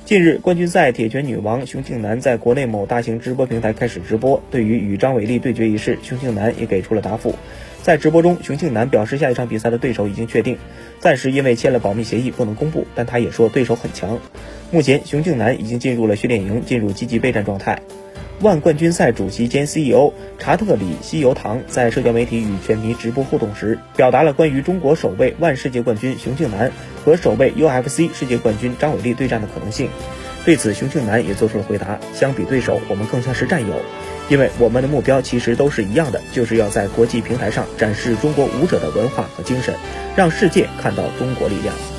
近日，冠军赛铁拳女王熊庆南在国内某大型直播平台开始直播，对于与张伟丽对决一事，熊庆南也给出了答复。在直播中，熊庆南表示下一场比赛的对手已经确定，暂时因为签了保密协议不能公布，但他也说对手很强。目前，熊庆南已经进入了训练营，进入积极备战状态。万冠军赛主席兼 CEO 查特里西尤唐在社交媒体与拳迷直播互动时，表达了关于中国首位万世界冠军熊庆南和首位 UFC 世界冠军张伟丽对战的可能性。对此，熊庆南也做出了回答：相比对手，我们更像是战友，因为我们的目标其实都是一样的，就是要在国际平台上展示中国武者的文化和精神，让世界看到中国力量。